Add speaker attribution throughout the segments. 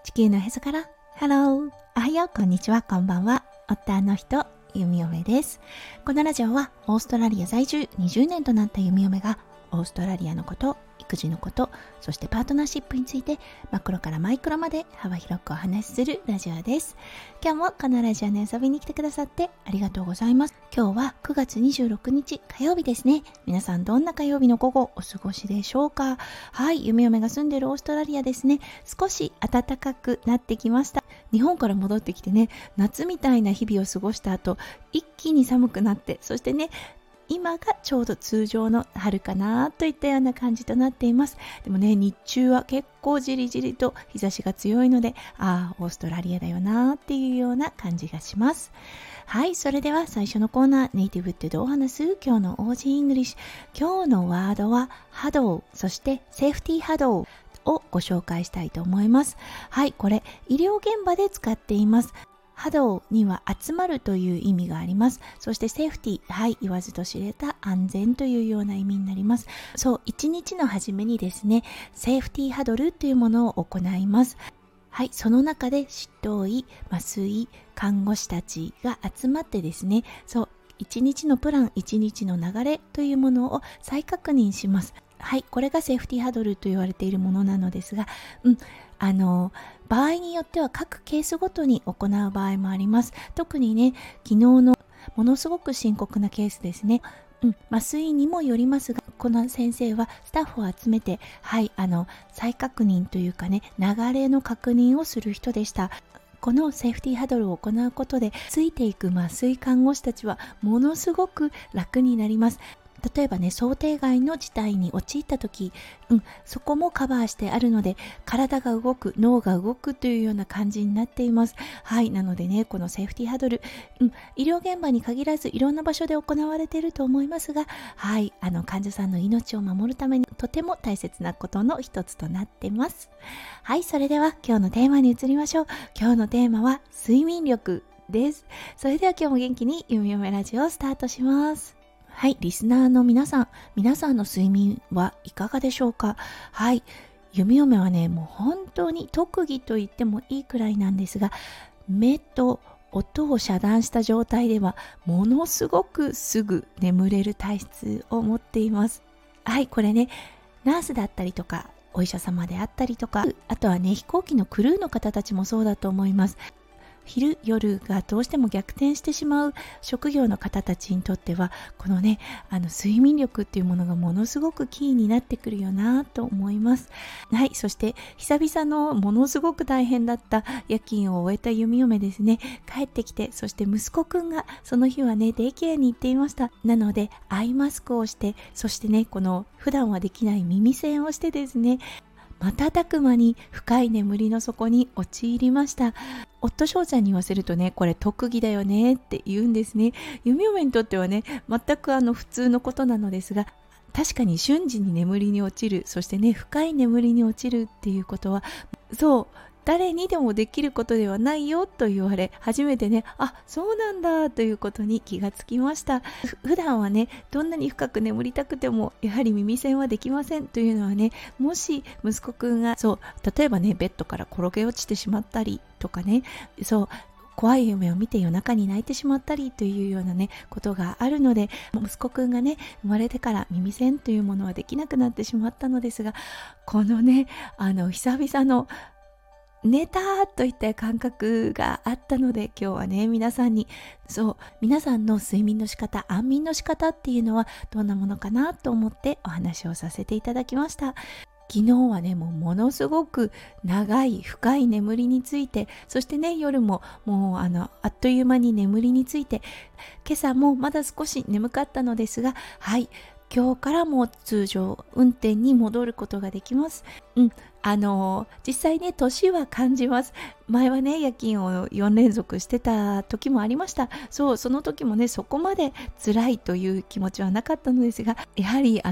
Speaker 1: 地球のへそからハロー、おはよう、こんにちは、こんばんは。夫の人、弓嫁です。このラジオはオーストラリア在住20年となった弓嫁がオーストラリアのこと、育児のこと、そしてパートナーシップについてマクロからマイクロまで幅広くお話しするラジオです。今日もこのラジオに遊びに来てくださってありがとうございます。今日は9月26日火曜日ですね。皆さんどんな火曜日の午後お過ごしでしょうか。はい、弓嫁が住んでいるオーストラリアですね。少し暖かくなってきました。日本から戻ってきてね、夏みたいな日々を過ごした後、一気に寒くなって、そしてね、今がちょうど通常の春かなといったような感じとなっています。でもね、日中は結構じりじりと日差しが強いので、オーストラリアだよなっていうような感じがします。はい、それでは最初のコーナー、ネイティブってどう話す？今日の OG イングリッシュ。今日のワードはハドー、そしてセーフティーハドーをご紹介したいと思います。はい、これ医療現場で使っています。ハドーには集まるという意味があります。そしてセーフティー、はい、言わずと知れた安全というような意味になります。そう、一日の初めにですね、セーフティーハドルというものを行います。はい、その中で執刀医、麻酔、看護師たちが集まってですね、そう、一日のプラン、一日の流れというものを再確認します。はい、これがセーフティーハドルと言われているものなのですが、場合によっては各ケースごとに行う場合もあります。特にね、昨日のものすごく深刻なケースですね。麻酔にもよりますが、この先生はスタッフを集めて、はい、再確認というかね、流れの確認をする人でした。このセーフティーハドルを行うことで、ついていく麻酔看護師たちはものすごく楽になります。例えばね、想定外の事態に陥った時、そこもカバーしてあるので、体が動く、脳が動くというような感じになっています。はい、なのでね、このセーフティーハドル、医療現場に限らずいろんな場所で行われていると思いますが、はい、患者さんの命を守るためにとても大切なことの一つとなっています。はい、それでは今日のテーマに移りましょう。今日のテーマは睡眠力です。それでは今日も元気に弓嫁ラジオをスタートします。はい、リスナーの皆さんの睡眠はいかがでしょうか。はい、弓嫁はね、もう本当に特技と言ってもいいくらいなんですが、目と音を遮断した状態ではものすごくすぐ眠れる体質を持っています。はい、これね、ナースだったりとかお医者様であったりとか、あとはね、飛行機のクルーの方たちもそうだと思います。昼夜がどうしても逆転してしまう職業の方たちにとっては、このね、睡眠力っていうものがものすごくキーになってくるよなと思います。はい、そして久々のものすごく大変だった夜勤を終えた弓嫁ですね、帰ってきて、そして息子くんがその日はね、デイケアに行っていました。なのでアイマスクをして、そしてね、この普段はできない耳栓をしてですね、瞬く間に深い眠りの底に陥りました。夫翔ちゃんに言わせるとね、これ特技だよねって言うんですね。弓嫁にとってはね、全く普通のことなのですが、確かに瞬時に眠りに落ちる、そしてね、深い眠りに落ちるっていうことは、そう、誰にでもできることではないよと言われ、初めてね、そうなんだということに気がつきました。普段はね、どんなに深く眠りたくてもやはり耳栓はできませんというのはね、もし息子くんが例えばね、ベッドから転げ落ちてしまったりとかね、怖い夢を見て夜中に泣いてしまったりというようなね、ことがあるので、息子くんがね、生まれてから耳栓というものはできなくなってしまったのですが、このね、久々の寝たといった感覚があったので、今日はね、皆さんの睡眠の仕方、安眠の仕方っていうのはどんなものかなと思ってお話をさせていただきました。昨日はね、ものすごく長い深い眠りについて、そしてね、夜ももうあっという間に眠りについて、今朝もまだ少し眠かったのですが、はい、今日からも通常運転に戻ることができます。実際ね、年は感じます。前はね、夜勤を4連続してた時もありました。その時もね、そこまで辛いという気持ちはなかったのですが、やはり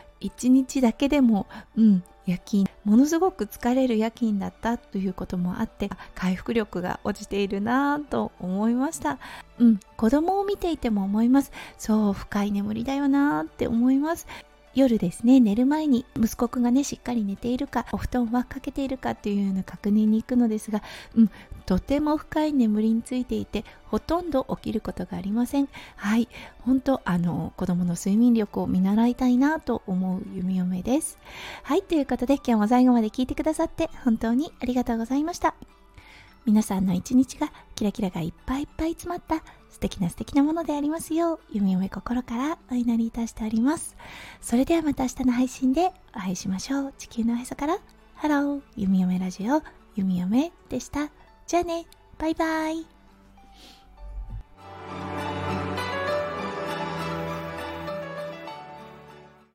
Speaker 1: 1日だけでも、夜勤、ものすごく疲れる夜勤だったということもあって、回復力が落ちているなぁと思いました。子供を見ていても思います。深い眠りだよなぁって思います。 夜ですね、寝る前に息子くんがねしっかり寝ているか、お布団はかけているかというような確認に行くのですが、とても深い眠りについていて、ほとんど起きることがありません。はい、本当子供の睡眠力を見習いたいなと思う弓嫁です。はい、ということで今日も最後まで聞いてくださって本当にありがとうございました。皆さんの一日がキラキラがいっぱいいっぱい詰まった素敵なものでありますよう、弓嫁心からお祈りいたしております。それではまた明日の配信でお会いしましょう。地球のおへそからハロー、弓嫁ラジオ弓嫁でした。じゃあね、バイバイ。